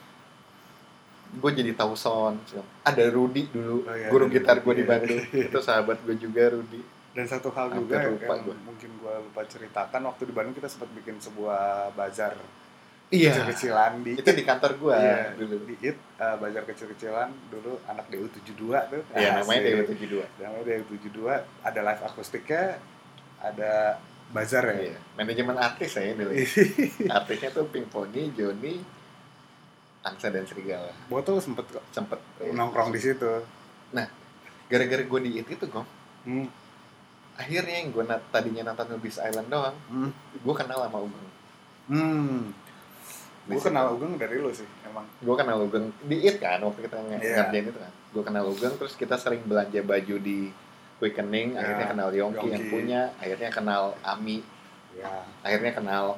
gue jadi tahu sound. Ada Rudy dulu, oh, iya, guru gitar gue di Bandung. Itu sahabat gue juga Rudy. Dan satu hal Hampir juga lupa yang gua. mungkin gue lupa ceritakan, waktu di Bandung kita sempat bikin sebuah bazar Iya. kecil-kecilan di itu di kantor gue iya, dulu. Di I T, uh, bazar kecil-kecilan dulu anak D U tujuh puluh dua tuh. Iya, namanya D U tujuh puluh dua. Namanya D U tujuh puluh dua, ada live akustiknya, ada bazar ya. Iya. Manajemen artis ya dulu. Artisnya tuh Pink Pony, Joni, Angsa dan Serigala. Botol sempet kok Sempet nongkrong di situ. Nah, gara-gara gue di I T itu gue, hmm. akhirnya yang gue nat- tadinya nonton Nubis Island doang, hmm. gue kenal sama Ugeng. Hmm. Gue kenal Ugeng dari lo sih, emang. Gue kenal Ugeng di I T kan, waktu kita ng- yeah. ngerjain itu kan. Gue kenal Ugeng, terus kita sering belanja baju di Quickening, yeah. Akhirnya kenal Yongki, Yongki yang punya, akhirnya kenal Ami, yeah. Akhirnya kenal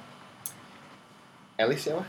Elis siapa?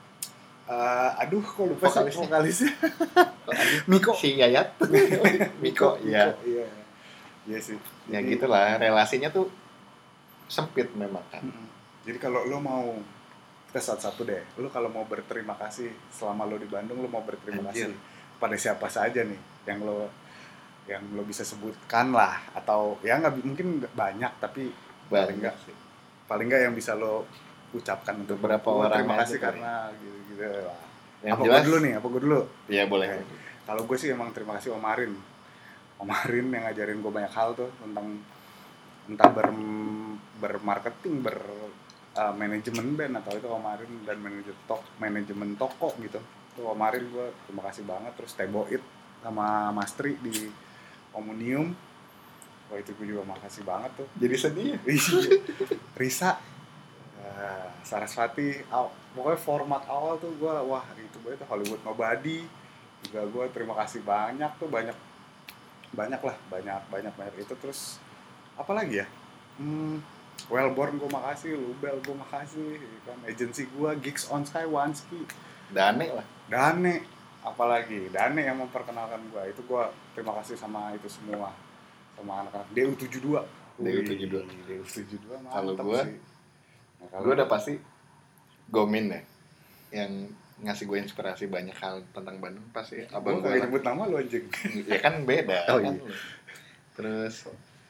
Uh, aduh, kok lupa vokalisnya. sih vokalisnya. Miko. Si Yayat. Miko, iya. Iya. Iya sih. Ya jadi, gitulah, relasinya tuh sempit memang kan. Jadi kalau lo mau, kita satu-satu deh, lo kalau mau berterima kasih selama lo di Bandung, lo mau berterima Anjir. kasih pada siapa saja nih yang lo yang lo bisa sebutkan lah, atau ya nggak mungkin banyak tapi paling nggak sih paling nggak yang bisa lo ucapkan untuk beberapa oh, orang terima kasih karena ya. gitu-gitu lah. Yang apa jelas, gue dulu nih apa gue dulu iya boleh. Okay. Kalau gue sih emang terima kasih Om Arin Om Arin yang ngajarin gue banyak hal tuh tentang entah ber bermarketing ber uh, manajemen band, atau itu Om Arin dan manajemen tok manajemen toko gitu. Tuh Om Arin gue terima kasih banget. Terus Teboit sama Mastri di Omnium, wah itu gue juga makasih banget tuh. Jadi sedih. Risa, uh, Sarasvati, aw, pokoknya format awal tuh gue wah itu gue itu Hollywood Nobody juga gue terima kasih banyak tuh, banyak banyak lah banyak banyak banyak itu. Terus apa lagi ya? Hmm, Wellborn gue makasih, Lubel gue makasih, kan agensi gue Gigs on Sky, Wanski, Dane lah, Dane, apalagi Dane yang memperkenalkan gue, itu gue terima kasih sama itu semua, sama anak-anak D U tujuh puluh dua. D U tujuh puluh dua, D U tujuh puluh dua kalau gue, nah, gue udah pasti Gomin deh, yang ngasih gue inspirasi banyak hal tentang Bandung pasti. Abang gue gak nyebut nama lo anjing. Ya kan beda. Oh, kan. iya. Terus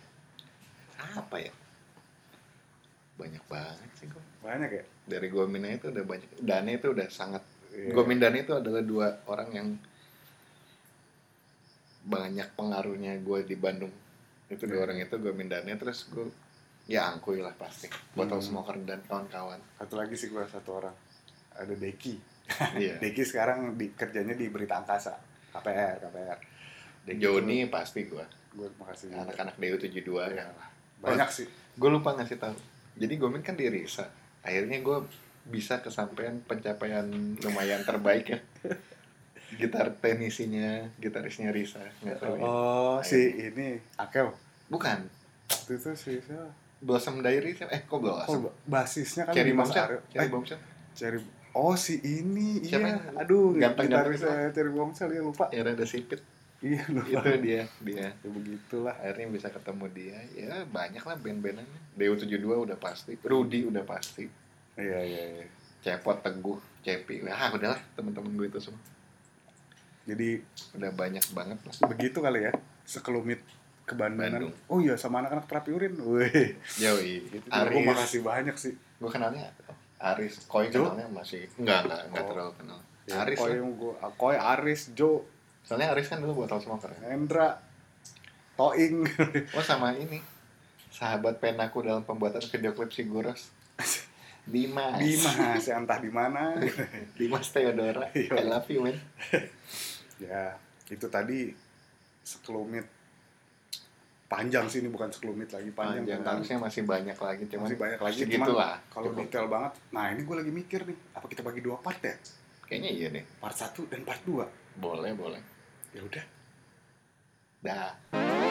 apa ya? Banyak banget sih gue. Banyak ya? Dari Gomin itu udah banyak. Dane itu udah sangat. Yeah. Gomin Dane itu adalah dua orang yang banyak pengaruhnya gue di Bandung. Itu yeah. Dua orang itu Gomin Dane, terus gue ya Angkuy lah pasti. Botol hmm. Smoker dan kawan-kawan. Satu lagi sih gue satu orang. Ada Deki. Iya. Deki sekarang di, kerjanya di Berita Angkasa, K P R, K P R. Deki Joni itu, pasti gue. Gue makasih. Anak-anak D U tujuh puluh dua ya. Banyak oh, sih. Gue lupa ngasih tahu. Jadi Gomin kan di Risa. Akhirnya gue bisa kesampaian pencapaian lumayan terbaik ya. Gitar tenisinya, gitarisnya Risa. Nggak tahu oh, ya. Si ini Akel. Bukan. Itu tuh si siapa? Blossom Diary siapa? Eh, kok Blossom? Oh, basisnya kan Cherry Bombshell. Cherry Bombshell. Cherry Oh si ini, siapa iya, yang aduh, ganteng-ganteng gitarisnya Cherry Bombshell, ya lupa. Ya rada sipit. Iya lupa. Itu dia, dia. Ya begitulah. Akhirnya bisa ketemu dia, ya banyak lah band-bandannya. D U tujuh puluh dua udah pasti, Rudy udah pasti. Iya iya. iya. Cepot, Teguh, Cepi, ah udahlah teman-teman gue itu semua. Jadi udah banyak banget lah. Begitu kali ya, sekelumit kebandangan. Bandung. Oh iya, sama anak-anak terapi urin. Wih. Yoi. Gue makasih banyak sih. Gue kenalnya Aris, Koi kenalnya masih enggak enggak enggak oh. terlalu kenal. Ya, Aris Koi gue, Koi, Aris, Jo. Soalnya Aris kan dulu Botol Smoker. Hendra, Toing. Oh sama ini, sahabat penaku dalam pembuatan video klip Siguros. Dimas. Dimas, yang entah di mana. Dimas Theodora. I love you, man. Ya, itu tadi sekelumit. Panjang sih, ini bukan sekelumit lagi, panjang. Panjang, harusnya masih banyak lagi, cuman masih banyak lagi, segitulah. Kalau detail banget, nah ini gue lagi mikir nih, apa kita bagi dua part ya? Kayaknya iya deh. Part satu dan part dua. Boleh, boleh. Ya udah. Dah.